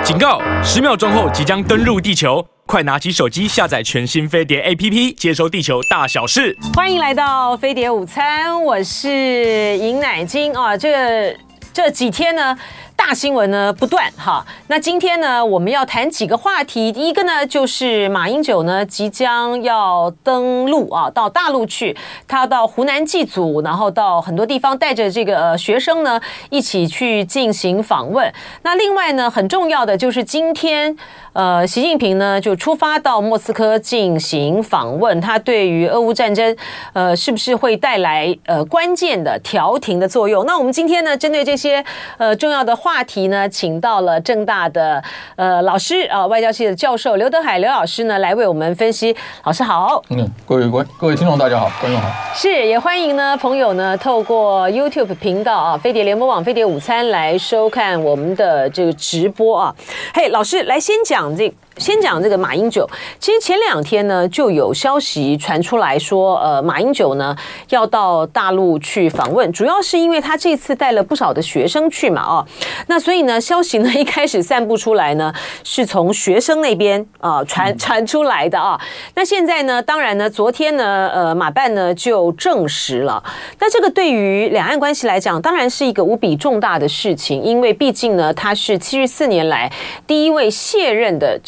警告！10秒钟后即将登陆地球，快拿起手机下载全新飞碟 APP， 接收地球大小事。 欢迎来到飞碟午餐，我是尹乃菁啊。这几天呢，大新闻呢不断哈。那今天呢，我们要谈几个话题。第一个呢，就是马英九呢即将要登陆啊，到大陆去。他到湖南祭祖，然后到很多地方带着这个学生呢一起去进行访问。那另外呢，很重要的就是今天习近平呢就出发到莫斯科进行访问。他对于俄乌战争是不是会带来关键的调停的作用？那我们今天呢，针对这些重要的话题呢，请到了政大的老师啊，外交系的教授刘德海刘老师呢来为我们分析。老师好。 各位听众大家好，观众好。 是，也欢迎呢朋友呢透过 YouTube 频道啊，飞碟联播网飞碟午餐来收看我们的这个直播啊。嘿，老师来先讲这个马英九。其实前2天呢，就有消息传出来说，马英九呢要到大陆去访问，主要是因为他这次带了不少的学生去嘛，哦，那所以呢，消息呢一开始散布出来呢，是从学生那边传出来的啊。那现在呢，当然呢，昨天呢，马办呢就证实了。那这个对于两岸关系来讲，当然是一个无比重大的事情，因为毕竟呢，他是74年来第一位卸任的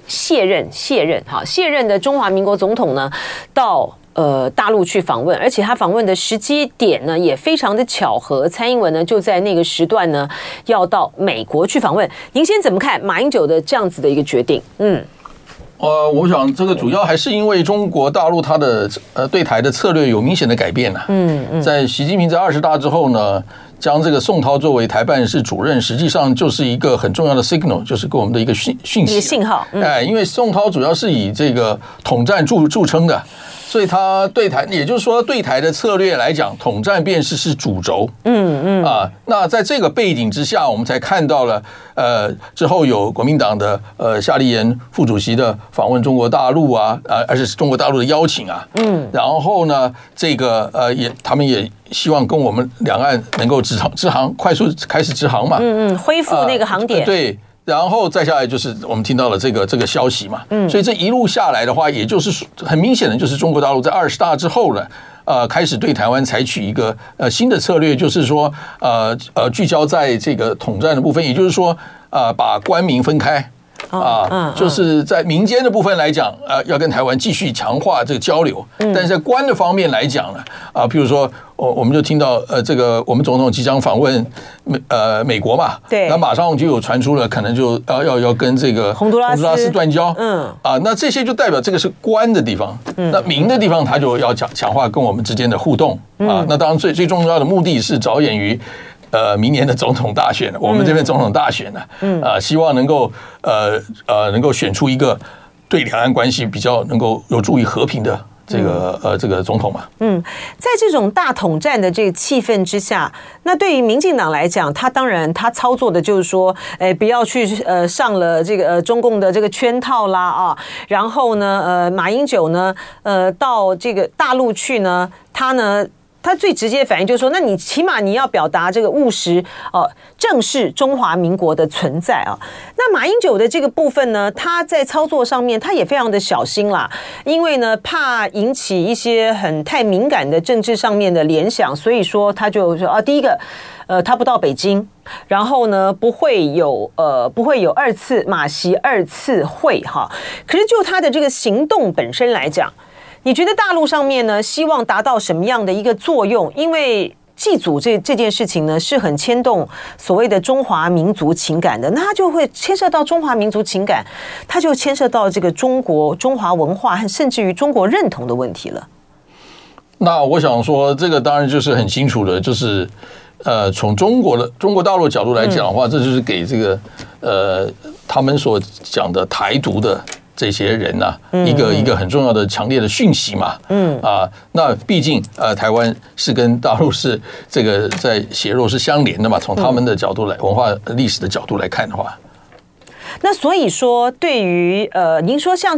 中华民国总统呢，到大陆去访问，而且他访问的时机点呢也非常的巧合，蔡英文呢就在那个时段呢要到美国去访问。您先怎么看马英九的这样子的一个决定？ 我想这个主要还是因为中国大陆它的对台的策略有明显的改变了。在习近平在20大之后呢，将这个宋涛作为台办事主任，实际上就是一个很重要的 signal， 就是给我们的一个讯息、一个信号。 因为宋涛主要是以这个统战著称的，所以他对台，也就是说对台的策略来讲，统战便是主轴。那在这个背景之下，我们才看到了之后有国民党的夏立言副主席的访问中国大陆啊，而且是中国大陆的邀请啊。然后呢，这个他们也希望跟我们两岸能够直航，快速开始直航嘛。 恢复那个航点。 对。然后再下来就是我们听到了这个消息嘛，所以这一路下来的话，也就是很明显的就是中国大陆在20大之后呢，开始对台湾采取一个新的策略，就是说聚焦在这个统战的部分，也就是说把官民分开。就是在民间的部分来讲，要跟台湾继续强化这个交流，但是在官的方面来讲呢，譬如说，我们就听到这个我们总统即将访问美国嘛， 对， 那马上就有传出了可能就要跟这个洪都拉斯断交，那这些就代表这个是官的地方，那民的地方他就要强化跟我们之间的互动那当然最重要的目的是着眼于明年的总统大选，我们这边总统大选呢，希望能够选出一个对两岸关系比较能够有助于和平的这个总统嘛。 在这种大统战的这个气氛之下，那对于民进党来讲，他当然他操作的就是说，不要去上了这个中共的这个圈套啦啊，然后呢马英九呢到这个大陆去呢，他最直接的反应就是说，那你起码你要表达这个务实正视中华民国的存在啊。那马英九的这个部分呢，他在操作上面他也非常的小心啦，因为呢怕引起一些太敏感的政治上面的联想，所以说他就说第一个他不到北京，然后呢不会有马习2次会哈。可是就他的这个行动本身来讲，你觉得大陆上面呢，希望达到什么样的一个作用？因为祭祖这件事情呢，是很牵动所谓的中华民族情感的，那它就会牵涉到中华民族情感，它就牵涉到这个中华文化，甚至于中国认同的问题了。 那我想说，这个当然就是很清楚的，就是从中国大陆的角度来讲的话，这就是给这个他们所讲的台独的这些人一个很重要的强烈的讯息嘛，那毕竟台湾是跟大陆是这个在血肉是相连的嘛，从他们的角度来，文化历史的角度来看的话， 那所以说，对于您说像比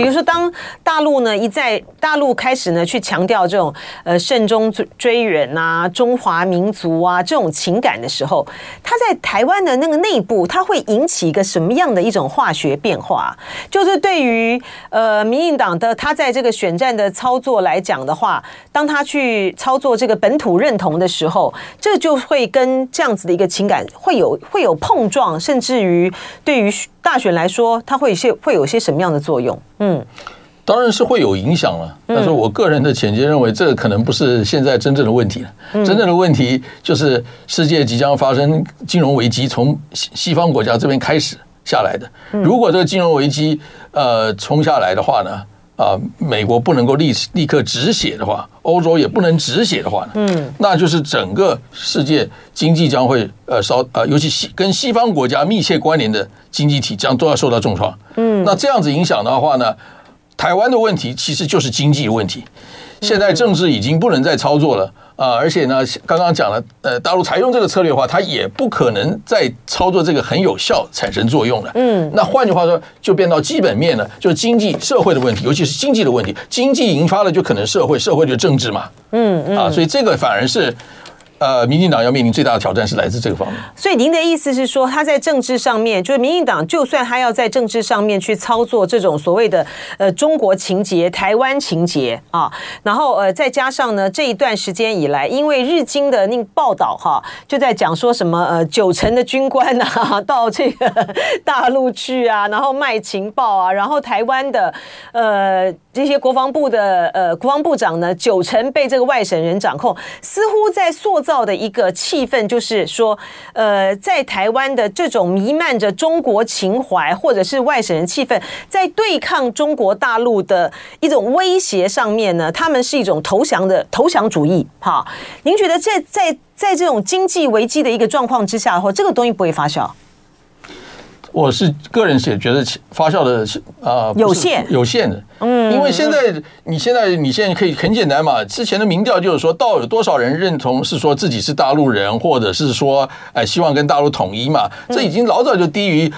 比如说，当大陆呢大陆开始呢去强调这种慎终追远啊、中华民族啊这种情感的时候，它在台湾的那个内部，它会引起一个什么样的一种化学变化？就是对于民进党的他在这个选战的操作来讲的话，当他去操作这个本土认同的时候，这就会跟这样子的一个情感会有碰撞，甚至于对于大选来说，它会有些什么样的作用？ 当然是会有影响了，但是我个人的浅见认为，这个可能不是现在真正的问题了。真正的问题就是世界即将发生金融危机，从西方国家这边开始下来的。如果这个金融危机冲下来的话呢，美国不能够立刻止血的话，欧洲也不能止血的话呢，那就是整个世界经济将会尤其跟西方国家密切关联的经济体都要受到重创。那这样子影响的话呢，台湾的问题其实就是经济的问题。现在政治已经不能再操作了而且呢，刚刚讲了，大陆采用这个策略的话，它也不可能再操作这个很有效产生作用了。那换句话说，就变到基本面了，就是经济社会的问题，尤其是经济的问题。经济引发了就可能社会，社会就政治嘛。所以这个反而是。民进党要面临最大的挑战是来自这个方面。 所以您的意思是说，他在政治上面，就是民进党，就算他要在政治上面去操作这种所谓的中国情节、台湾情节啊，然后再加上呢这一段时间以来，因为日经的那个报道就在讲说什么90%的军官到这个大陆去啊，然后卖情报啊，然后台湾的这些国防部的国防部长呢90%被这个外省人掌控，似乎在塑造的一个气氛，就是说在台湾的这种弥漫着中国情怀或者是外省人气氛，在对抗中国大陆的一种威胁上面呢，他们是一种投降主义。好，您觉得在这种经济危机的一个状况之下的话，这个东西不会发酵？ 我是个人也觉得发酵的有限的，因为你现在可以很简单嘛，之前的民调就是说，到有多少人认同是说自己是大陆人，或者是说希望跟大陆统一嘛，这已经老早就低于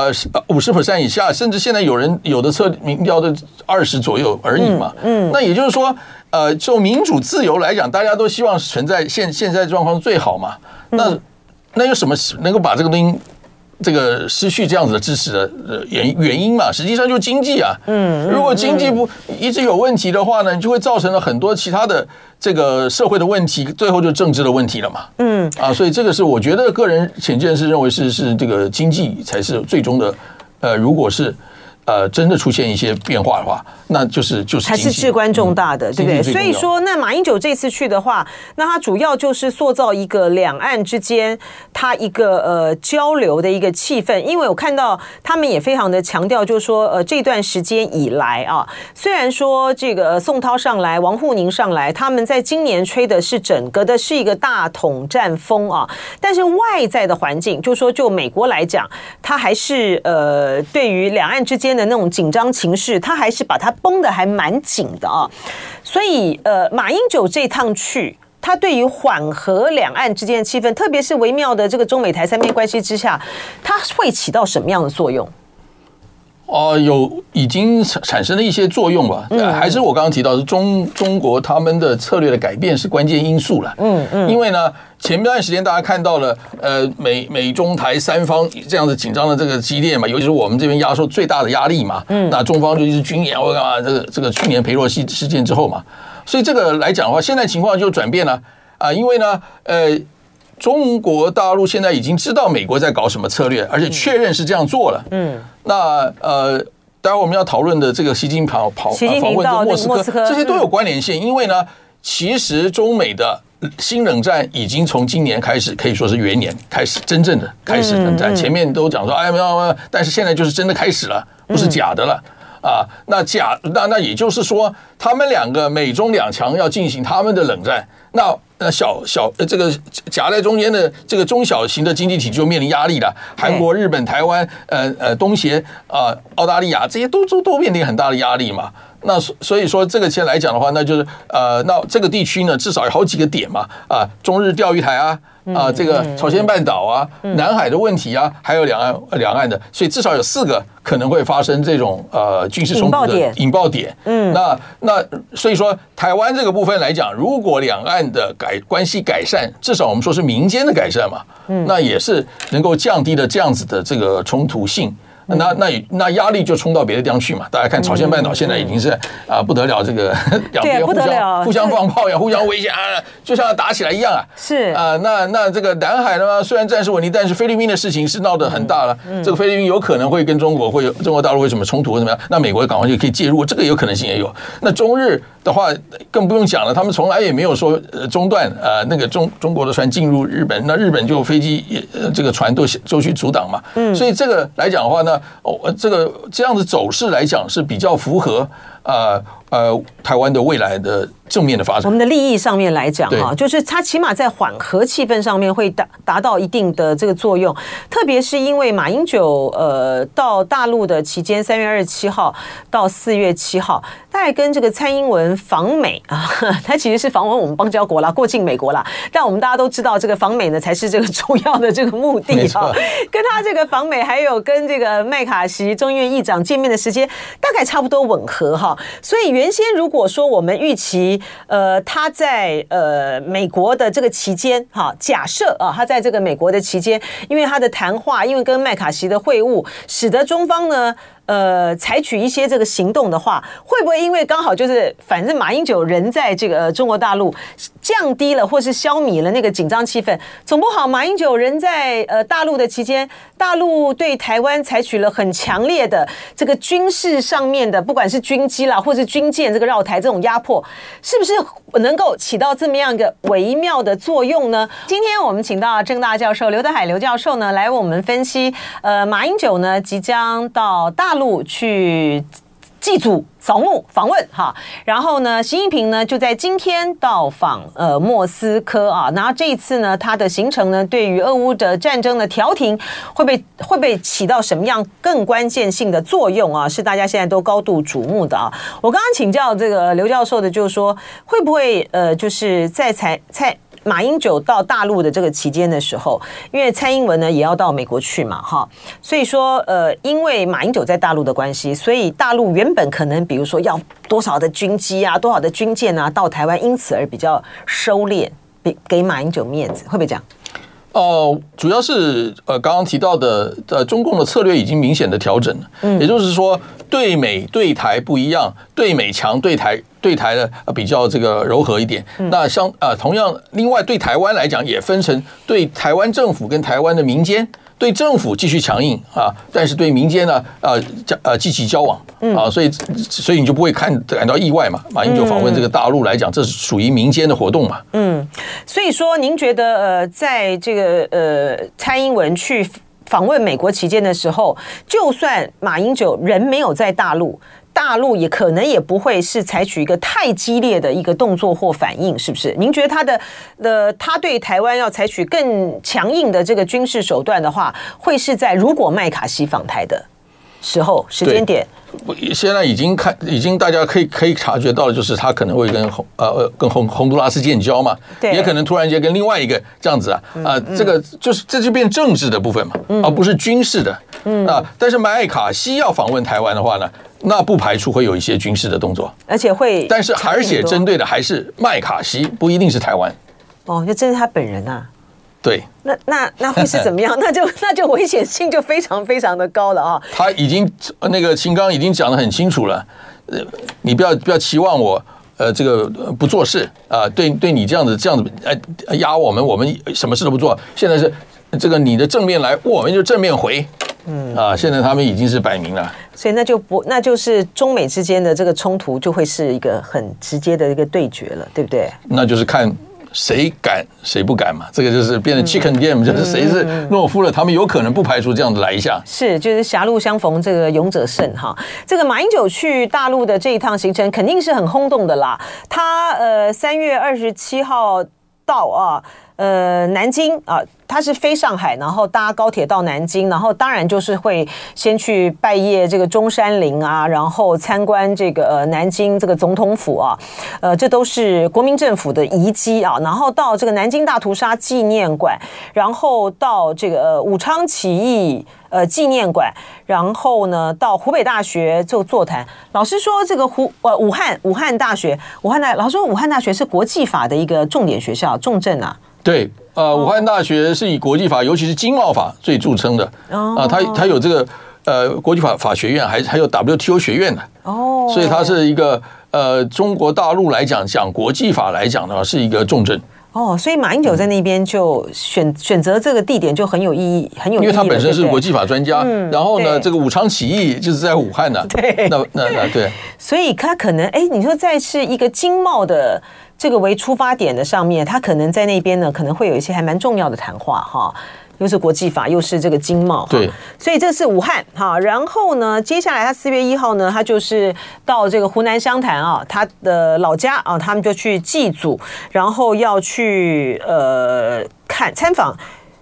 50% 以下，甚至现在有的民调的20%左右而已嘛。那也就是说，就民主自由来讲，大家都希望存在现在状况最好嘛。那有什么能够把这个东西？这个失去这样子的支持的原因嘛，实际上就是经济啊。如果经济不一直有问题的话呢，你就会造成了很多其他的这个社会的问题，最后就政治的问题了嘛。所以这个是我觉得个人浅见是认为是这个经济才是最终的。如果是真的出现一些变化的话，那就是才是至关重大的，对不对？所以说，那马英九这次去的话，那他主要就是塑造一个两岸之间他一个交流的一个气氛。因为我看到他们也非常的强调，就是说这段时间以来虽然说这个宋涛上来、王沪宁上来，他们在今年吹的是整个的是一个大统战风但是外在的环境，就是说就美国来讲，他还是对于两岸之间的那种紧张情绪，他还是把它绷得还蛮紧的所以马英九这趟去，他对于缓和两岸之间的气氛，特别是微妙的这个中美台三边关系之下，他会起到什么样的作用？ 已经产生了一些作用吧。还是我刚刚提到的中国他们的策略的改变是关键因素了。因为呢，前段时间大家看到了美中台三方这样子紧张的这个激烈嘛，尤其是我们这边压受最大的压力嘛。那中方就是军演或干嘛，这个去年裴洛西事件之后嘛，所以这个来讲的话，现在情况就转变了因为呢中国大陆现在已经知道美国在搞什么策略，而且确认是这样做了。那待会我们要讨论的这个习近平访问莫斯科，这些都有关联性。因为呢，其实中美的新冷战已经从今年开始，可以说是元年开始真正的开始冷战。前面都讲说但是现在就是真的开始了，不是假的了。那也就是说，他们两个美中两强要进行他们的冷战，那这个夹在中间的这个中小型的经济体就面临压力了。韩国、日本、台湾、东协澳大利亚这些都面临很大的压力嘛。那所以说这个先来讲的话，那就是那这个地区呢，至少有好几个点嘛中日钓鱼台这个朝鲜半岛啊、南海的问题啊，还有两岸的，所以至少有4个可能会发生这种军事冲突的引爆点。那所以说台湾这个部分来讲，如果两岸的关系改善，至少我们说是民间的改善嘛，那也是能够降低了这样子的这个冲突性。那压力就冲到别的地方去嘛？大家看朝鲜半岛现在已经是不得了，这个两边互相放炮呀，互相威胁啊，就像打起来一样啊。 是那这个南海呢，虽然暂时稳定，但是菲律宾的事情是闹得很大了。这个菲律宾有可能会跟中国大陆会什么冲突或怎么样？那美国赶快就可以介入，这个有可能性也有。那中日的话更不用讲了，他们从来也没有说中断那个中国的船进入日本，那日本就飞机这个船都去阻挡嘛。所以这个来讲的话呢。这样子走势来讲是比较符合台湾的未来的正面的发展。 我们的利益上面来讲哈，就是它起码在缓和气氛上面会达到一定的这个作用。特别是因为马英九到大陆的期间，3月27号到4月7号，大概跟这个蔡英文访美啊，他其实是访问我们邦交国啦，过境美国啦。但我们大家都知道，这个访美呢才是这个主要的这个目的哈。跟他这个访美，还有跟这个麦卡锡众议院议长见面的时间，大概差不多吻合哈。所以原先如果说我们预期他在美国的这个期间哈，假设他在这个美国的期间，因为他的谈话，因为跟麦卡锡的会晤，使得中方呢采取一些这个行动的话，会不会因为刚好就是反正马英九人在这个中国大陆，降低了或是消弭了那个紧张气氛？总不好马英九人在大陆的期间，大陆对台湾采取了很强烈的这个军事上面的，不管是军机啦或是军舰这个绕台这种压迫，是不是能够起到这么样一个微妙的作用呢？今天我们请到政大教授刘德海刘教授呢来为我们分析马英九呢即将到大陆去祭祖扫墓访问哈，然后呢，习近平呢就在今天到访莫斯科啊，然后这一次呢，他的行程呢，对于俄乌的战争的调停会不会起到什么样更关键性的作用啊？是大家现在都高度瞩目的啊。我刚刚请教这个刘教授的，就是说会不会就是在马英九到大陆的这个期间的时候，因为蔡英文呢也要到美国去嘛，哈，所以说因为马英九在大陆的关系，所以大陆原本可能比如说要多少的军机啊，多少的军舰啊到台湾，因此而比较收敛，给马英九面子，会不会这样？ 主要是刚刚提到的中共的策略已经明显的调整了，也就是说对美对台不一样，对美强，对台的比较这个柔和一点。那同样，另外对台湾来讲也分成对台湾政府跟台湾的民间。对政府继续强硬啊，但是对民间呢，积极交往啊，所以你就不会感到意外嘛。马英九访问这个大陆来讲，这是属于民间的活动嘛。 所以说您觉得在这个蔡英文去访问美国期间的时候，就算马英九人没有在大陆也可能也不会是采取一个太激烈的一个动作或反应，是不是？您觉得他对台湾要采取更强硬的这个军事手段的话，会是在如果麦卡锡访台的时间点？ 现在已经大家可以察觉到的就是他可能会跟洪都拉斯建交嘛，也可能突然间跟另外一个这样子这个这就变政治的部分嘛，而不是军事的但是麦卡锡要访问台湾的话呢，那不排除会有一些军事的动作， 而且针对的还是麦卡锡，不一定是台湾。 就针对他本人啊。 对， 那会是怎么样？那就危险性就非常非常的高了啊！ 他已经那个秦刚已经讲得很清楚了，你不要期望我这个不做事对你这样子压我们什么事都不做。现在是这个你的正面来，我们就正面回。现在他们已经是摆明了， 所以那就是中美之间的这个冲突就会是一个很直接的一个对决了，对不对？ 那就是看谁敢谁不敢嘛，这个就是变成 chicken game， 就是谁是懦夫了，他们有可能不排除这样子来一下。 是，就是狭路相逢，这个勇者胜哈。这个马英九去大陆的这一趟行程肯定是很轰动的啦。他3月27号到南京啊。 他是飞上海，然后搭高铁到南京，然后当然就是会先去拜谒这个中山陵啊，然后参观这个南京这个总统府啊，这都是国民政府的遗迹啊，然后到这个南京大屠杀纪念馆，然后到这个武昌起义纪念馆，然后呢到湖北大学就座谈。老师说这个武汉大学，老师说武汉大学是国际法的一个重点学校，重镇啊。 对，武汉大学是以国际法，尤其是经贸法最著称的。它有这个国际法学院，还有 WTO 学院的。所以它是一个中国大陆来讲国际法来讲的话，是一个重镇。 所以马英九在那边就选择这个地点就很有意义，因为他本身是国际法专家。然后呢，这个武昌起义就是在武汉呢。 对， 那对。 所以他可能你说在是一个经贸的这个为出发点的上面，他可能在那边呢可能会有一些还蛮重要的谈话哈。又是国际法，又是这个经贸， 对， 所以这是武汉哈。然后呢，接下来他4月1号呢，他就是到这个湖南湘潭啊，他的老家啊，他们就去祭祖，然后要去参访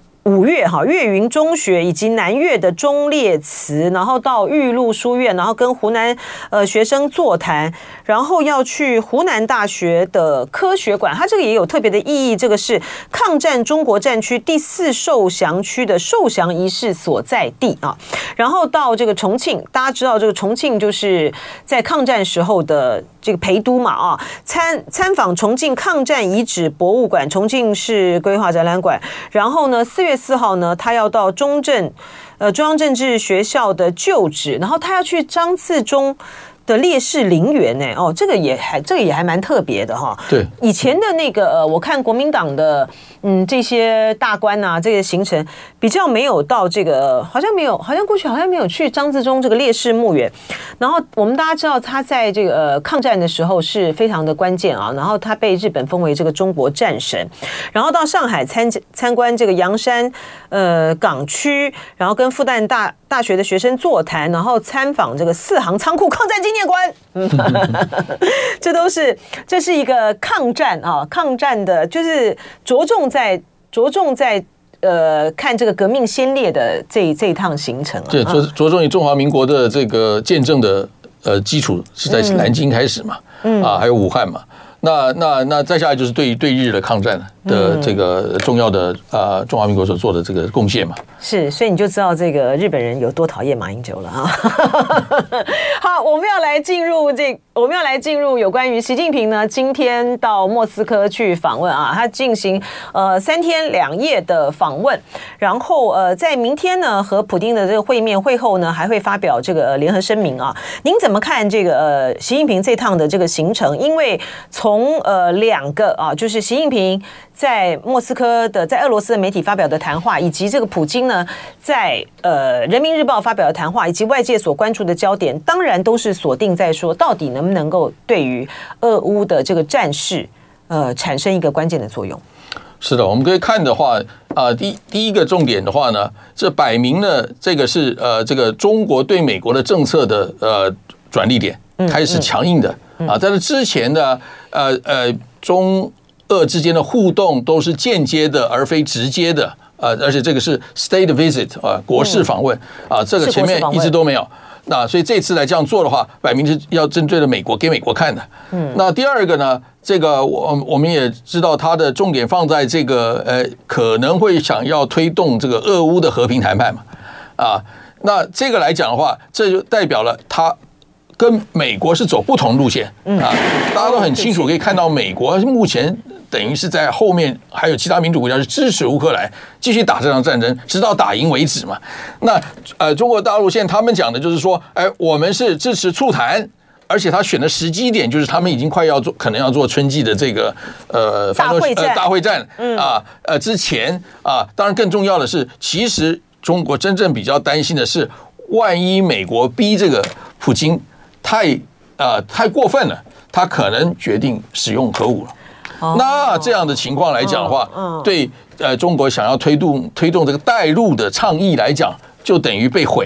5岳岳云中学以及南岳的忠烈祠，然后到玉露书院，然后跟湖南学生座谈，然后要去湖南大学的科学馆，它这个也有特别的意义，这个是抗战中国战区第4受降区的受降仪式所在地啊。然后到这个重庆，大家知道这个重庆就是在抗战时候的这个陪都嘛啊，参访重庆抗战遗址博物馆、重庆市规划展览馆，然后呢4月4号呢，他要到中央政治学校的旧址，然后他要去张自忠的烈士陵园呢。这个也还蛮特别的哈。 对， 以前的那个我看国民党的这些大官啊，这个行程比较没有到这个，好像过去好像没有去张自忠这个烈士墓园。然后我们大家知道他在这个抗战的时候是非常的关键啊，然后他被日本封为这个中国战神，然后到上海参观这个洋山港区，然后跟复旦大学的学生座谈，然后参访这个4行仓库抗战纪念馆。这是一个抗战的，就是着重在看这个革命先烈的这一趟行程。 对，着重于中华民国的这个见证的基础是在南京开始嘛，还有武汉嘛。那再下来就是对日的抗战的这个重要的中华民国所做的这个贡献嘛。 是，所以你就知道这个日本人有多讨厌马英九了啊。好，我们要来进入有关于习近平呢，今天到莫斯科去访问啊，他进行3天2夜的访问，然后在明天呢和普丁的这个会后呢，还会发表这个联合声明啊。您怎么看这个习近平这趟的这个行程？因为从2个啊，就是习近平在莫斯科的在俄罗斯的媒体发表的谈话，以及这个普京呢在人民日报发表的谈话，以及外界所关注的焦点，当然都是锁定在说到底能不能够对于俄乌的这个战事产生一个关键的作用。 是的，我们可以看的话第一个重点的话呢，这摆明了这个是这个中国对美国的政策的转捩点，开始强硬的在这之前呢中俄之间的互动都是间接的，而非直接的而且这个是 state visit 国事访问这个前面一直都没有。那所以这次来这样做的话，摆明是要针对了美国，给美国看的。那第二个呢，这个我们也知道，它的重点放在这个可能会想要推动这个俄乌的和平谈判嘛那这个来讲的话，这就代表了它跟美国是走不同路线大家都很清楚，可以看到美国目前等于是在后面还有其他民主国家是支持乌克兰继续打这场战争，直到打赢为止嘛。那中国大陆现在他们讲的就是说，我们是支持促谈，而且他选的时机点就是他们已经快要做，可能要做春季的这个大会战之前当然更重要的是，其实中国真正比较担心的是，万一美国逼这个普京太过分了，他可能决定使用核武了。那这样的情况来讲的话，对中国想要推动这个带入的倡议来讲，就等于被毁了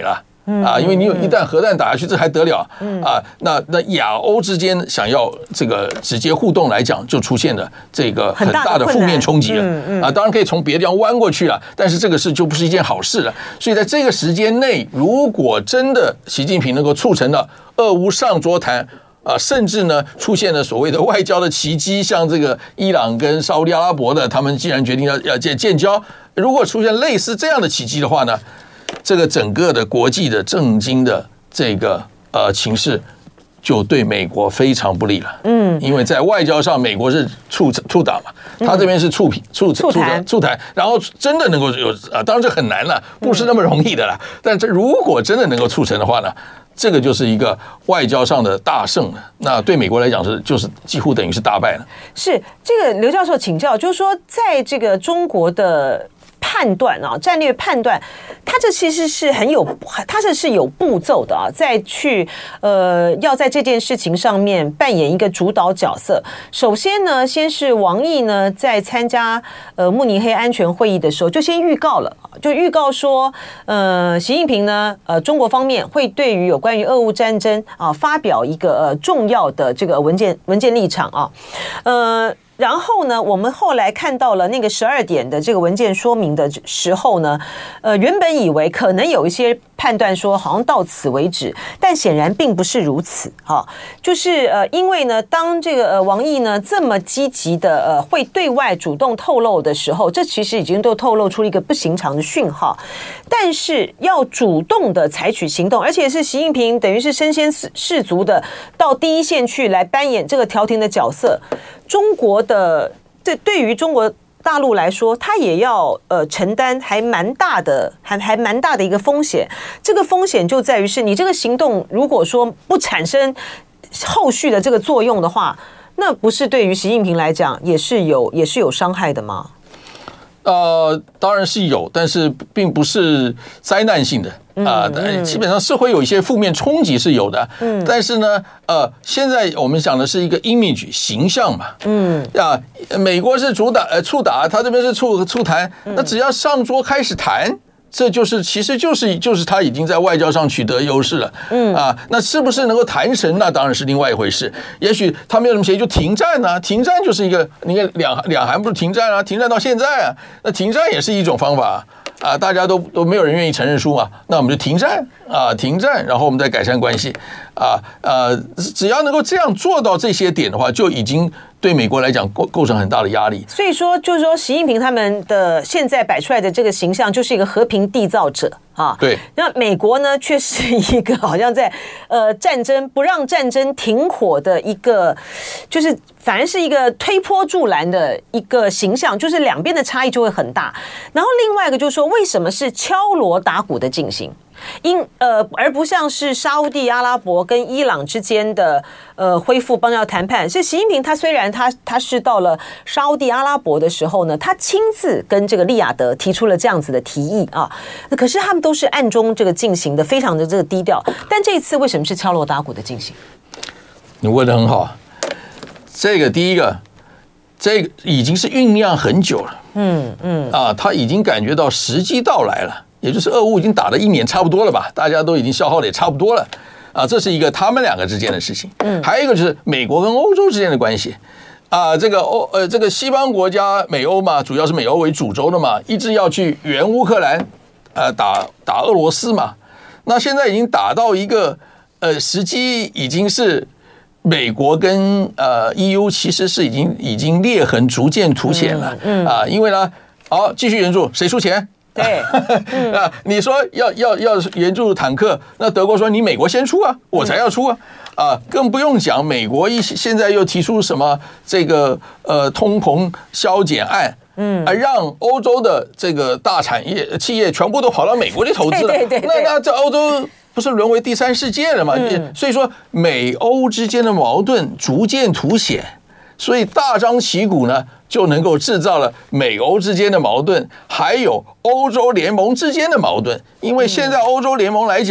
因为你一旦核弹打下去，这还得了那亚欧之间想要这个直接互动来讲，就出现了这个很大的负面冲击了当然可以从别的地方弯过去了，但是这个事就不是一件好事了。所以在这个时间内，如果真的习近平能够促成了俄乌上桌谈甚至呢出现了所谓的外交的奇迹，像这个伊朗跟沙烏地阿拉伯的，他们既然决定要建交，如果出现类似这样的奇迹的话呢，这个整个的国际的政经的这个情势就对美国非常不利了。因为在外交上，美国是促打嘛，他这边是促谈，然后真的能够有当然这很难了，不是那么容易的了。但这如果真的能够促成的话呢，这个就是一个外交上的大胜了。那对美国来讲就是几乎等于是大败了。 是这个刘教授请教，就是说在这个中国的判断战略判断，它这其实是它这是有步骤的再去要在这件事情上面扮演一个主导角色。首先呢，先是王毅呢在参加慕尼黑安全会议的时候就先预告了，就预告说习近平呢中国方面会对于有关于俄乌战争发表一个重要的这个文件立场然后呢，我们后来看到了那个12点的这个文件说明的时候呢，原本以为可能有一些判断说好像到此为止，但显然并不是如此就是因为呢，当这个王毅呢这么积极的会对外主动透露的时候，这其实已经都透露出一个不寻常的讯号。但是要主动的采取行动，而且是习近平等于是身先士卒的到第一线去来扮演这个调停的角色。中国的对于中国大陆来说，它也要承担还蛮大的一个风险。这个风险就在于是你这个行动如果说不产生后续的这个作用的话，那不是对于习近平来讲也是有伤害的吗？ 当然是有，但是并不是灾难性的基本上是会有一些负面冲击是有的，但是呢，现在我们讲的是一个 image 形象嘛，美国是促打，他这边是促谈，那只要上桌开始谈。这其实就是他已经在外交上取得优势了，那是不是能够谈成，那当然是另外一回事。也许他没有什么协议就停战啊，停战就是一个，你看两韩不是停战啊，停战到现在那停战也是一种方法大家都没有人愿意承认输嘛，那我们就停战停战，然后我们再改善关系只要能够这样做到这些点的话，就已经对美国来讲构成很大的压力。所以说，就是说，习近平他们的现在摆出来的这个形象，就是一个和平缔造者对。 那美国呢，却是一个好像在战争不让战争停火的一个，就是反而是一个推波助澜的一个形象，就是两边的差异就会很大。然后另外一个就是说，为什么是敲锣打鼓的进行？而不像是沙烏地阿拉伯跟伊朗之间的恢复邦交谈判。是习近平他虽然他是到了沙烏地阿拉伯的时候呢，他亲自跟这个利雅得提出了这样子的提议可是他们都是暗中这个进行的，非常的这个低调。但这一次为什么是敲锣打鼓的进行？ 你问得很好，这个第一个，这个已经是酝酿很久了，他已经感觉到时机到来了。也就是俄乌已经打了1年差不多了吧，大家都已经消耗的也差不多了这是一个他们两个之间的事情。还有一个就是美国跟欧洲之间的关系这个西方国家美欧嘛，主要是美欧为主轴的嘛，一直要去援乌克兰打俄罗斯嘛。那现在已经打到一个时机已经是美国跟EU 其实是已经裂痕逐渐凸显了因为呢继续援助谁出钱？ 对你说要援助坦克，那德国说你美国先出我才要出更不用讲美国现在又提出什么这个通膨削减案，让欧洲的这个大产业企业全部都跑到美国去投资了，那这欧洲不是沦为第三世界了吗？所以说美欧之间的矛盾逐渐凸显。所以大张旗鼓呢，就能够制造了美欧之间的矛盾，还有欧洲联盟之间的矛盾。因为现在欧洲联盟来讲，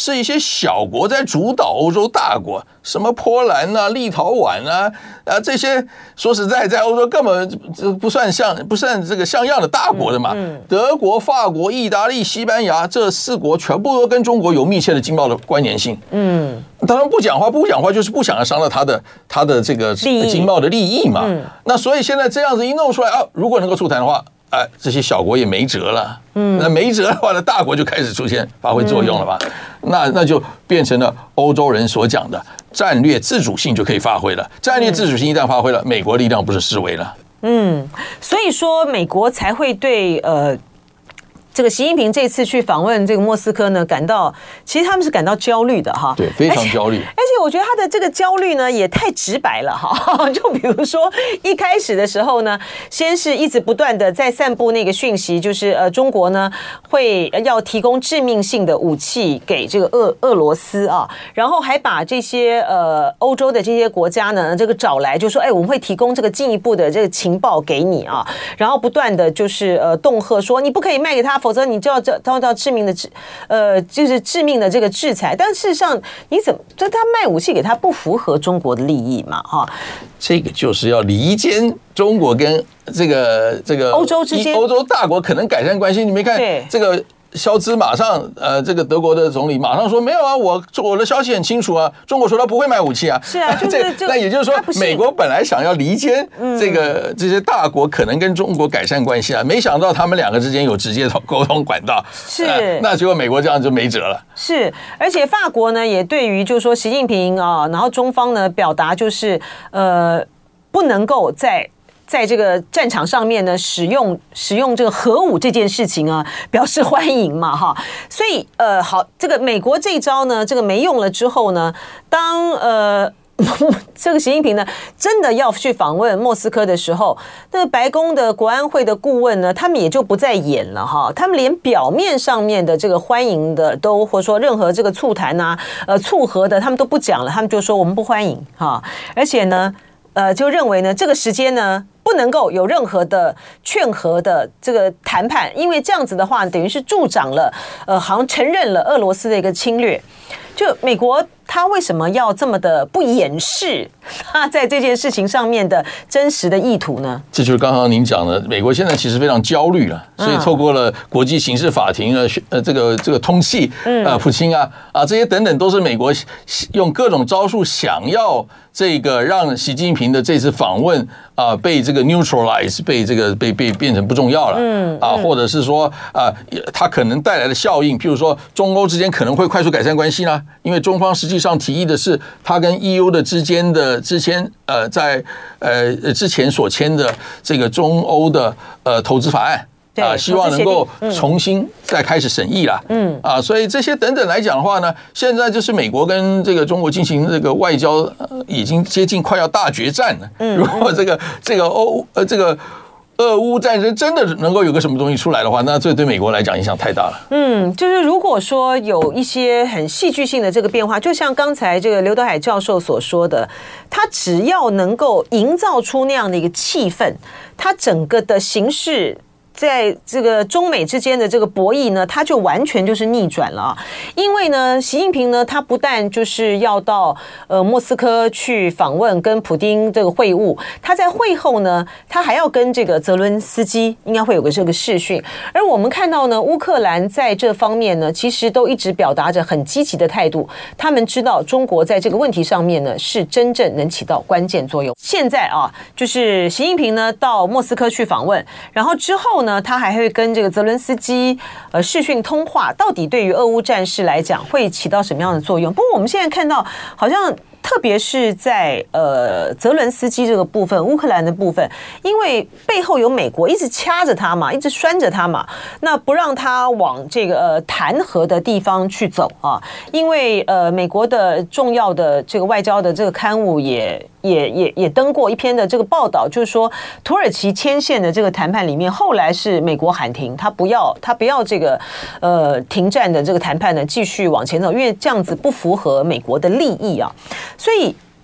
是一些小国在主导欧洲大国，什么波兰啊、立陶宛啊，这些说实在，在欧洲根本不算这个像样的大国的嘛。德国、法国、意大利、西班牙这4国全部都跟中国有密切的经贸的关联性。当然不讲话就是不想要伤到他的这个经贸的利益嘛。那所以现在这样子一弄出来啊，如果能够促谈的话，这些小国也没辙了。那没辙的话呢，大国就开始出现发挥作用了吧？那就变成了欧洲人所讲的战略自主性就可以发挥了。战略自主性一旦发挥了，美国力量不是示威了。 所以说美国才会对这个习近平这次去访问这个莫斯科呢，其实他们是感到焦虑的哈， 对，非常焦虑。 而且我觉得他的这个焦虑呢也太直白了哈，就比如说一开始的时候呢，先是一直不断的在散布那个讯息，就是中国呢要提供致命性的武器给这个俄罗斯啊，然后还把这些欧洲的这些国家呢这个找来，就说我们会提供这个进一步的这个情报给你啊，然后不断的就是恫吓说你不可以卖给他。否则你就要遭到致命的就是致命的这个制裁。但事实上，你怎么他卖武器给他不符合中国的利益嘛？哈， 这个就是要离间中国跟这个欧洲之间， 欧洲大国可能改善关系。你没看这个？肖兹马上，这个德国的总理马上说没有啊，我的消息很清楚啊，中国说他不会卖武器啊。 是啊， 那也就是说，美国本来想要离间这些大国，可能跟中国改善关系啊，没想到他们2个之间有直接沟通管道。 是， 那结果美国这样就没辙了。 是，而且法国呢也对于就是说习近平啊，然后中方呢表达就是不能够在这个战场上面呢，使用这个核武这件事情啊，表示欢迎嘛，哈。所以好，这个美国这一招呢，这个没用了之后呢，当这个习近平呢真的要去访问莫斯科的时候，那白宫的国安会的顾问呢，他们也就不再演了哈，他们连表面上面的这个欢迎的都或者说任何这个促谈啊、促和的，他们都不讲了，他们就说我们不欢迎哈，而且呢，就认为呢这个时间呢。不能够有任何的劝和的这个谈判，因为这样子的话，等于是助长了，好像承认了俄罗斯的一个侵略。就美国，他为什么要这么的不掩饰他在这件事情上面的真实的意图呢？ 这就是刚刚您讲的，美国现在其实非常焦虑了，所以透过了国际刑事法庭这个通缉普京啊这些等等，都是美国用各种招数想要这个让习近平的这次访问被这个 neutralize， 被变成不重要了或者是说它可能带来的效应，譬如说中欧之间可能会快速改善关系呢，因为中方实际上提议的是它跟 EU 的之前在之前所签的这个中欧的投资法案。希望能够重新再开始审议啦。所以这些等等来讲的话呢，现在就是美国跟这个中国进行这个外交，已经接近快要大决战了。如果这个俄乌战争真的能够有个什么东西出来的话，那这对美国来讲影响太大了。 就是如果说有一些很戏剧性的这个变化，就像刚才这个刘德海教授所说的，他只要能够营造出那样的一个气氛，他整个的形势。在这个中美之间的这个博弈呢，它就完全就是逆转了。因为呢，习近平呢，他不但就是要到莫斯科去访问，跟普丁这个会晤，他在会后呢，他还要跟这个泽伦斯基应该会有个这个视讯。而我们看到呢，乌克兰在这方面呢，其实都一直表达着很积极的态度。他们知道中国在这个问题上面呢，是真正能起到关键作用。现在就是习近平呢到莫斯科去访问，然后之后呢，他还会跟这个泽伦斯基视讯通话，到底对于俄乌战事来讲会起到什么样的作用？不过我们现在看到，好像特别是在泽伦斯基这个部分，乌克兰的部分，因为背后有美国一直掐着他嘛，一直拴着他嘛，那不让他往这个谈和的地方去走啊，因为美国的重要的这个外交的这个刊物也登过一篇的这个报道，就是说土耳其牵线的这个谈判里面，后来是美国喊停，他不要这个停战的这个谈判呢继续往前走，因为这样子不符合美国的利益啊。所以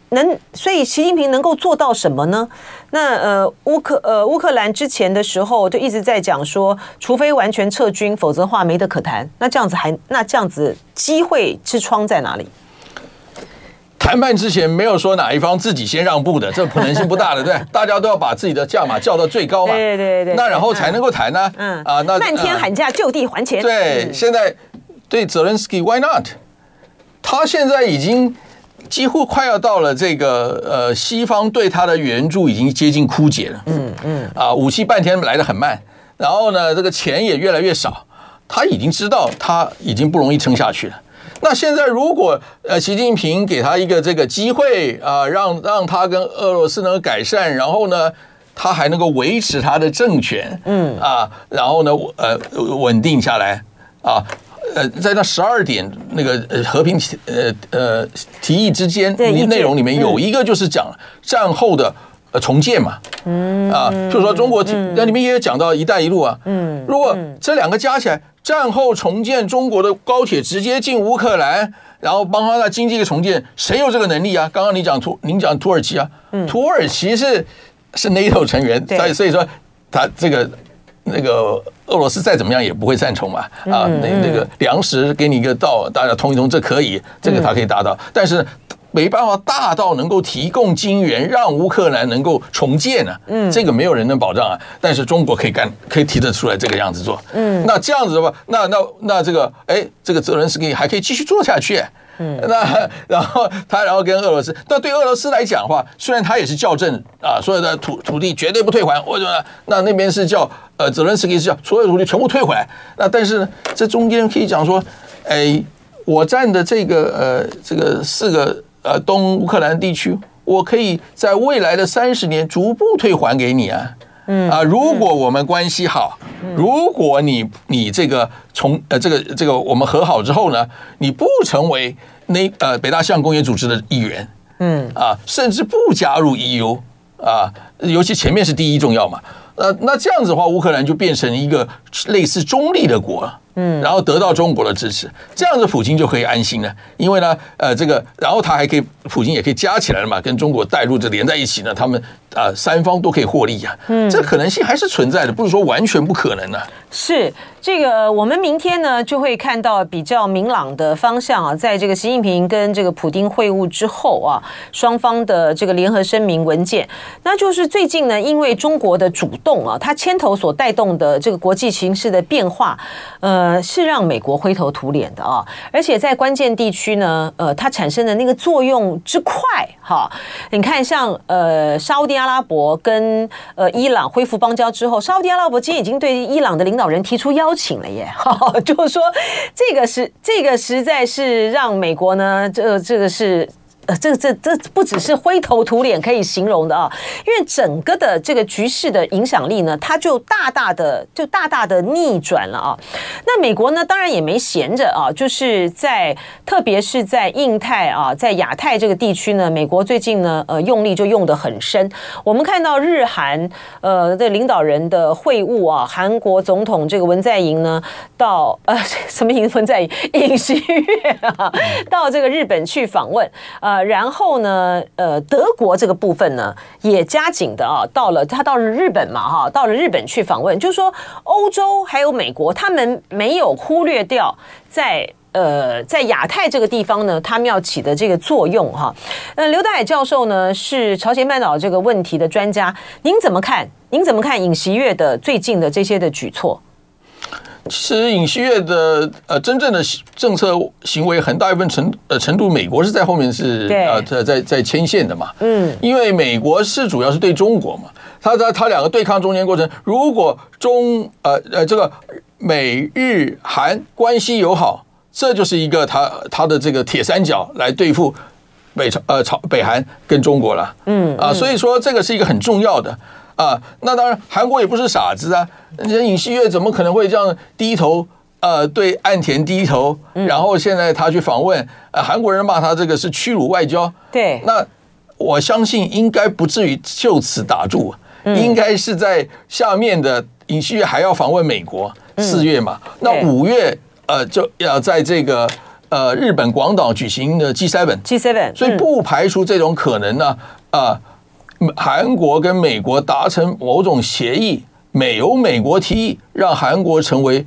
所以习近平能够做到什么呢？那乌克兰之前的时候就一直在讲说，除非完全撤军，否则的话没得可谈。那这样子机会之窗在哪里？ 谈判之前没有说哪一方自己先让步的，这可能性不大的，对，大家都要把自己的价码叫到最高嘛， 对， 那然后才能够谈呢， 那漫天喊价就地还钱， 对，现在对泽连斯基 why not？ 他现在已经几乎快要到了这个西方对他的援助已经接近枯竭了，武器半天来得很慢，然后呢，这个钱也越来越少，他已经知道他已经不容易撑下去了。那现在如果习近平给他一个这个机会让他跟俄罗斯能够改善，然后呢，他还能够维持他的政权，然后呢稳定下来啊。在那12点那个和平提议之间内容里面有一个就是讲战后的重建嘛，就是说中国那里面也讲到“一带一路”啊，如果这两个加起来，战后重建中国的高铁直接进乌克兰，然后帮他的经济重建，谁有这个能力啊？刚刚您讲土耳其啊，土耳其是 NATO 成员，所以说他这个。那个俄罗斯再怎么样也不会赞成嘛，那个粮食给你一个道，大家通一通，这可以，这个他可以达到，但是没办法大到能够提供金援，让乌克兰能够重建啊，这个没有人能保障啊，但是中国可以提得出来这个样子做，那这样子的话，那这个这个泽连斯基还可以继续做下去。然后跟俄罗斯，但对俄罗斯来讲的话，虽然他也是校正所有的土地绝对不退还，或者那边是叫泽连斯基是叫所有土地全部退回来，那但是这中间可以讲说，我占的这个4个东乌克兰地区，我可以在未来的30年逐步退还给你啊。如果我们关系好，如果你这个这个我们和好之后呢，你不成为北大西洋公约组织的一员，甚至不加入 EU 尤其前面是第一重要嘛，那这样子的话，乌克兰就变成一个类似中立的国。然后得到中国的支持，这样子普京就可以安心了，因为呢，这个，然后他还可以，普京也可以加起来了嘛，跟中国带入这连在一起呢，他们三方都可以获利啊，这可能性还是存在的，不是说完全不可能啊。 是这个，我们明天呢就会看到比较明朗的方向啊，在这个习近平跟这个普丁会晤之后啊，双方的这个联合声明文件，那就是最近呢，因为中国的主动啊，它牵头所带动的这个国际形势的变化，是让美国灰头土脸的啊，而且在关键地区呢，它产生的那个作用之快哈，你看像沙烏地阿拉伯跟伊朗恢复邦交之后，沙烏地阿拉伯今天已经对伊朗的领导人提出邀请了耶，就是说这个实在是让美国呢，这个是。这不只是灰头土脸可以形容的啊，因为整个的这个局势的影响力呢，它就大大的逆转了啊。那美国呢，当然也没闲着啊，就是特别是在印太啊，在亚太这个地区呢，美国最近呢，用力就用得很深。我们看到日韩的领导人的会晤啊，韩国总统这个文在寅呢，到什么文在寅尹锡悦啊，到这个日本去访问然后呢，德国这个部分呢也加紧的啊，到了日本嘛哈，到了日本去访问，就是说欧洲还有美国，他们没有忽略掉在亚太这个地方呢，他们要起的这个作用哈。刘大海教授呢是朝鲜半岛这个问题的专家，您怎么看尹锡悦的最近的这些的举措？ 其实尹锡悦的真正的政策行为很大一部分程度，美国是在后面是在牵线的嘛，因为美国是主要是对中国嘛，他两个对抗中间过程，如果这个美日韩关系友好，这就是一个他的这个铁三角来对付北韩跟中国了，所以说这个是一个很重要的。那当然，韩国也不是傻子啊。尹锡悦怎么可能会这样低头？对岸田低头，然后现在他去访问，韩国人骂他这个是屈辱外交。 对， 那我相信应该不至于就此打住，应该是在下面的尹锡悦还要访问美国，4月嘛，那5月就要在这个日本广岛举行的 G7， 所以不排除这种可能呢。韩国跟美国达成某种协议，由美国提议让韩国成为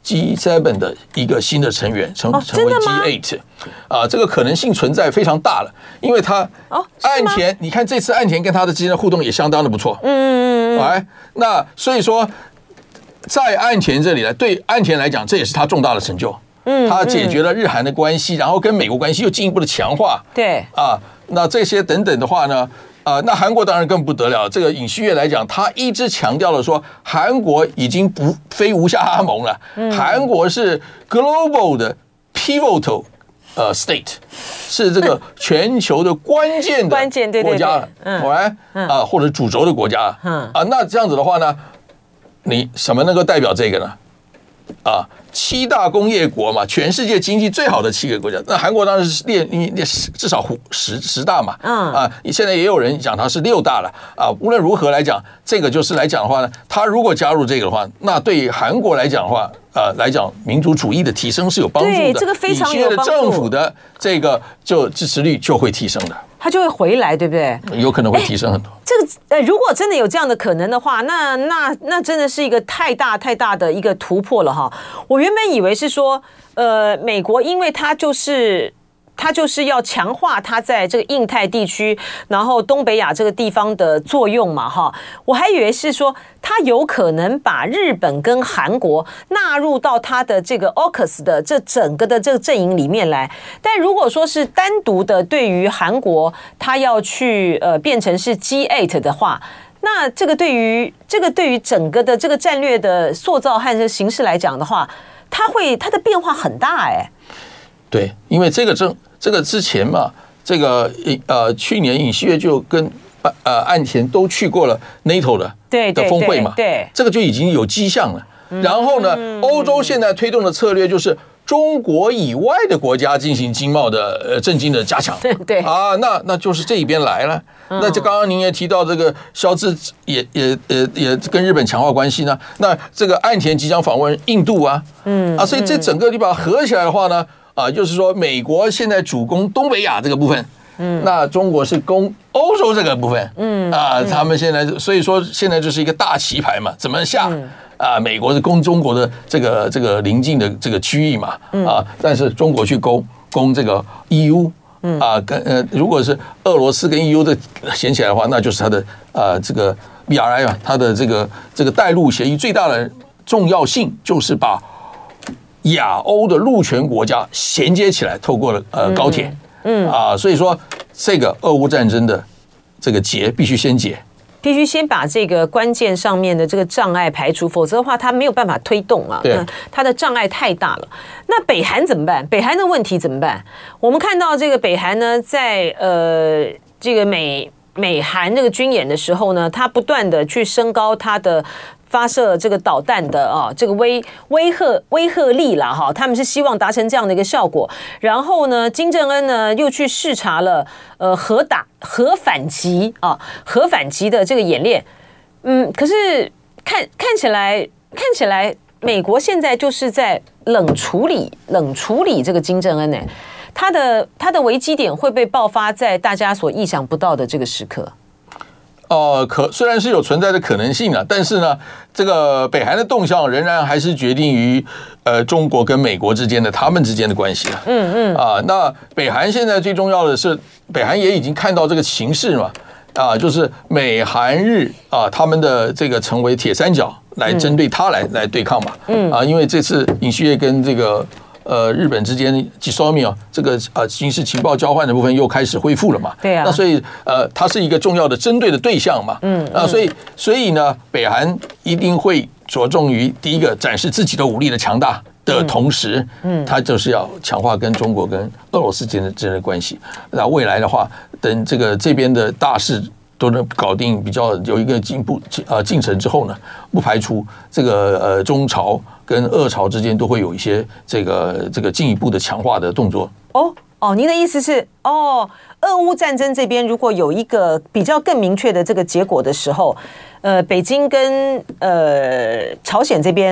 G7 的一个新的成员，成为 G8 这个可能性存在非常大了，因为他岸田，你看这次岸田跟他的之间的互动也相当的不错，那所以说在岸田这里呢，对岸田来讲，这也是他重大的成就。他解决了日韩的关系，然后跟美国关系又进一步的强化。 对那这些等等的话呢，那韩国当然更不得了。这个尹锡悦来讲，他一直强调了说，韩国已经非无下阿蒙了，韩国是 global 的 pivotal state， 是这个全球的关键的国家了，或者主轴的国家那这样子的话呢，你什么能够代表这个呢？7大工业国嘛，全世界经济最好的7个国家，那韩国当然是至少10大嘛，现在也有人讲它是6大了无论如何来讲，这个就是来讲的话呢，他如果加入这个的话，那对于韩国来讲的话，来讲民族主义的提升是有帮助的， 对，这个非常有帮助， 政府的这个就支持率就会提升的。 它就会回来，对不对？ 有可能会提升很多。 这个如果真的有这样的可能的话，那真的是一个太大的一个突破了哈。我原本以为是说，美国因为它就是要强化它在这个印太地区，然后东北亚这个地方的作用嘛哈。我还以为是说，它有可能把日本跟韩国纳入到它的这个 AUKUS 的这整个的这个阵营里面来。但如果说是单独的对于韩国，它要去变成是 G8 的话，那这个对于整个的这个战略的塑造和这个形势来讲的话，它的变化很大对，因为这个之前嘛，这个去年尹锡悦就跟岸田都去过了 NATO 的峰会嘛， 对， 这个就已经有迹象了。然后呢，欧洲现在推动的策略就是中国以外的国家进行经贸的政经的加强， 对那就是这一边来了。那这刚刚您也提到这个肖智也跟日本强化关系呢。那这个岸田即将访问印度所以这整个地方合起来的话呢，就是说美国现在主攻东北亚这个部分，那中国是攻欧洲这个部分，他们现在所以说现在就是一个大棋盘嘛，怎么下？美国是攻中国的这个邻近的这个区域嘛，但是中国去攻这个 EU，如果是俄罗斯跟 EU 的衔起来的话，那就是它的这个 BRI 它的这个带陆协议最大的重要性就是把亚欧的陆权国家衔接起来，透过了高铁，所以说这个俄乌战争的这个结必须先解。 必须先把这个关键上面的这个障碍排除，否则的话它没有办法推动它的障碍太大了。那北韩怎么办？北韩的问题怎么办？我们看到这个北韩呢，在这个美韩这个军演的时候呢，它不断的去升高它的发射这个导弹的这个威慑力啦哈，他们是希望达成这样的一个效果。然后呢，金正恩呢又去视察了核反击的这个演练。可是看起来美国现在就是在冷处理这个金正恩他的危机点会被爆发在大家所意想不到的这个时刻。 虽然是有存在的可能性但是呢，这个北韩的动向仍然还是决定于中国跟美国他们之间的关系那北韩现在最重要的是，北韩也已经看到这个形势嘛，就是美韩日他们的这个成为铁三角来针对他来对抗嘛，因为这次尹锡悦跟这个日本之间GSOMI这个军事情报交换的部分又开始恢复了嘛？ 对啊。 那所以它是一个重要的针对的对象嘛？所以呢，北韩一定会着重于第一个展示自己的武力的强大的同时，它就是要强化跟中国跟俄罗斯之间的关系。那未来的话，等这边的大事都能搞定，比较有一个进程之后呢，不排除这个中朝跟俄朝之间都会有一些这个进一步的强化的动作。 您的意思是俄乌战争这边如果有一个比较更明确的这个结果的时候，北京跟朝鲜这边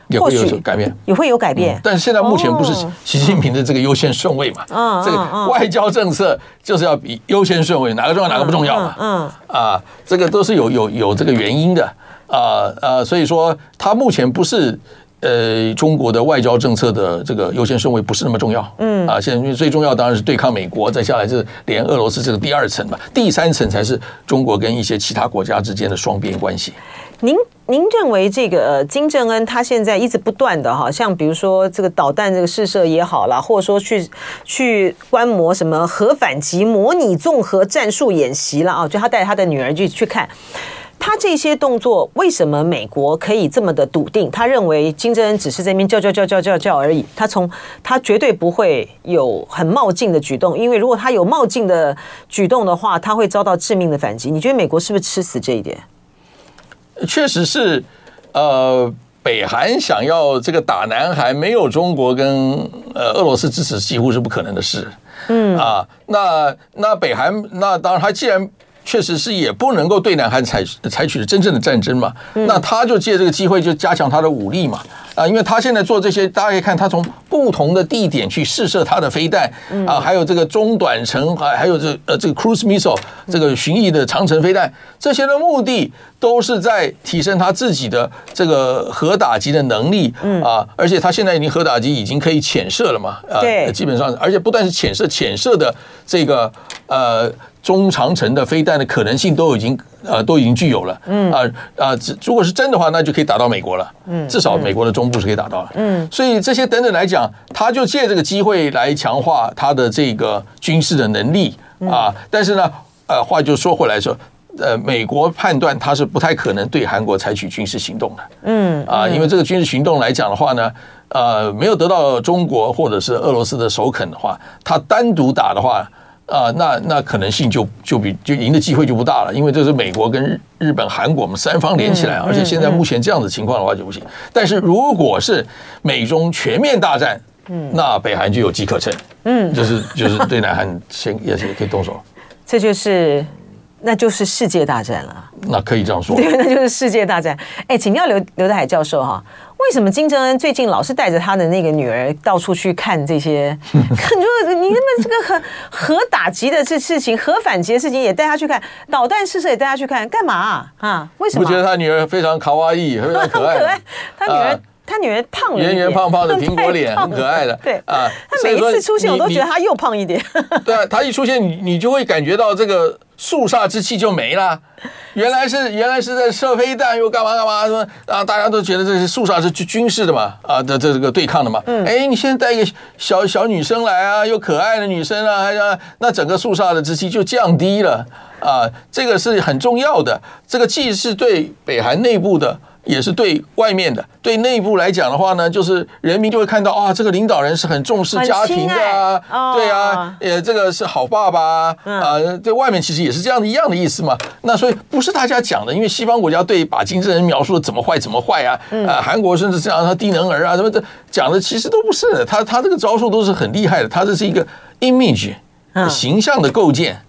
也会有改变， 也会有改变。 但是现在目前不是习近平的这个优先顺位嘛？这个外交政策就是要比优先顺位，哪个重要哪个不重要嘛？这个都是有这个原因的所以说他目前不是。中国的外交政策的这个优先顺位不是那么重要，现在因为最重要当然是对抗美国，再下来是连俄罗斯这个第2层嘛，第3层才是中国跟一些其他国家之间的双边关系。 您认为这个金正恩他现在一直不断的像比如说这个导弹这个试射也好啦，或者说去观摩什么核反击模拟综合战术演习啦就他带他的女儿去看。他这些动作，为什么美国可以这么的笃定？他认为金正恩只是在那边叫而已，他绝对不会有很冒进的举动，因为如果他有冒进的举动的话，他会遭到致命的反击。你觉得美国是不是吃死这一点？ 确实是，北韩想要这个打南韩，没有中国跟俄罗斯支持，几乎是不可能的事。那北韩那当然，他既然确实是也不能够对南韩采取真正的战争嘛，那他就借这个机会就加强他的武力嘛，因为他现在做这些，大家可以看他从不同的地点去试射他的飞弹还有这个中短程，还有这个 cruise missile 这个巡弋的长程飞弹，这些的目的都是在提升他自己的这个核打击的能力而且他现在已经核打击已经可以潜射了嘛，基本上，而且不但是潜射的这个中长程的飞弹的可能性都已经具有了，如果是真的话，那就可以打到美国了，至少美国的中部是可以打到了，所以这些等等来讲，他就借这个机会来强化他的这个军事的能力但是呢，话就说回来说。美国判断他是不太可能对韩国采取军事行动的，因为这个军事行动来讲的话呢，没有得到中国或者是俄罗斯的首肯的话，他单独打的话，那可能性就赢的机会就不大了，因为这是美国跟日本、韩国我们3方连起来，而且现在目前这样的情况的话就不行。但是如果是美中全面大战，那北韩就有机可乘，就是对南韩也可以动手， 那就是世界大战了。 那可以这样说， 对，那就是世界大战。请教刘德海教授为什么金正恩最近老是带着他的那个女儿到处去看这些？看就是你那么这个核打击的事情、核反击的事情也带他去看，导弹试射也带他去看，干嘛为什么？ 我觉得他女儿非常卡哇伊，非常可爱。 他女儿胖了一点， 圆圆胖胖的苹果脸，很可爱的。 对他每一次出现，我都觉得他又胖一点。 对啊，他一出现，你就会感觉到这个肃杀之气就没了。原来是在射飞弹，又干嘛说大家都觉得这是肃杀是军事的嘛这个对抗的嘛。你现在带一个小女生来又可爱的女生那整个肃杀的之气就降低了这个是很重要的。这个既是对北韩内部的。也是对外面的，对内部来讲的话呢，就是人民就会看到这个领导人是很重视家庭的对这个是好爸爸对外面其实也是这样的一样的意思嘛。那所以不是大家讲的，因为西方国家把金正恩描述的怎么坏韩国甚至这样他低能儿什么的讲的其实都不是的，他这个招数都是很厉害的，他这是一个 image 形象的构建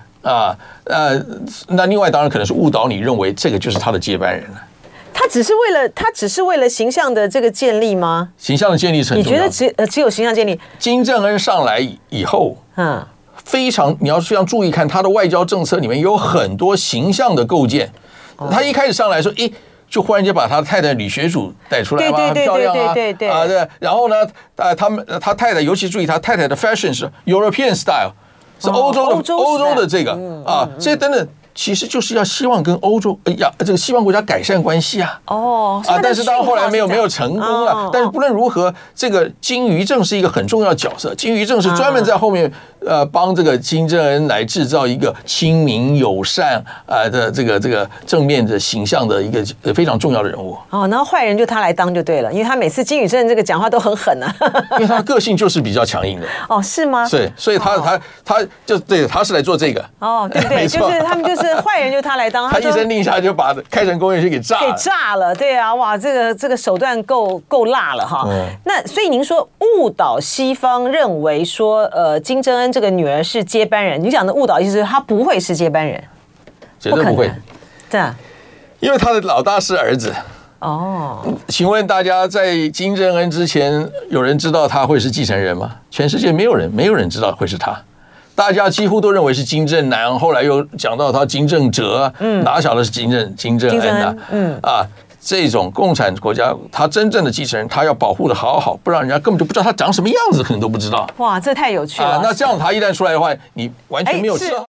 那另外当然可能是误导你认为这个就是他的接班人了。 他只是为了形象的这个建立吗？ 形象的建立是很重要。 你觉得只有形象建立？ 金正恩上来以后，你要非常注意看他的外交政策里面有很多形象的构建。他一开始上来说，就忽然间把他太太李学祖带出来嘛，很漂亮对。 然后呢，他太太尤其注意他太太的 fashion 是 European style， 是欧洲的这个这些等等。其实就是要希望跟欧洲这个西方国家改善关系但是到后来没有成功了。但是不论如何，这个金与正是一个很重要的角色。金与正是专门在后面帮这个金正恩来制造一个亲民友善的这个正面的形象的一个非常重要的人物。 然后坏人就他来当就对了，因为他每次金与正这个讲话都很狠因为他个性就是比较强硬的。 是吗？ 对，所以他就对，他是来做这个。 对，就是他们就是坏人就他来当， 他一声令下就把开城工业区给炸了。 对啊，哇，这个手段够辣了那所以您说误导西方认为说金正恩这个女儿是接班人，你讲的误导意思是他不会是接班人， 绝对不会。 对啊， 因为他的老大是儿子， 哦， 请问大家在金正恩之前，有人知道他会是继承人吗？全世界没有人知道会是他。大家几乎都认为是金正男，后来又讲到他金正哲，哪晓得是金正恩啊？这种共产国家，他真正的继承人，他要保护的好好，不然人家根本就不知道他长什么样子，可能都不知道。 哇，这太有趣了。 那这样他一旦出来的话，你完全没有知道。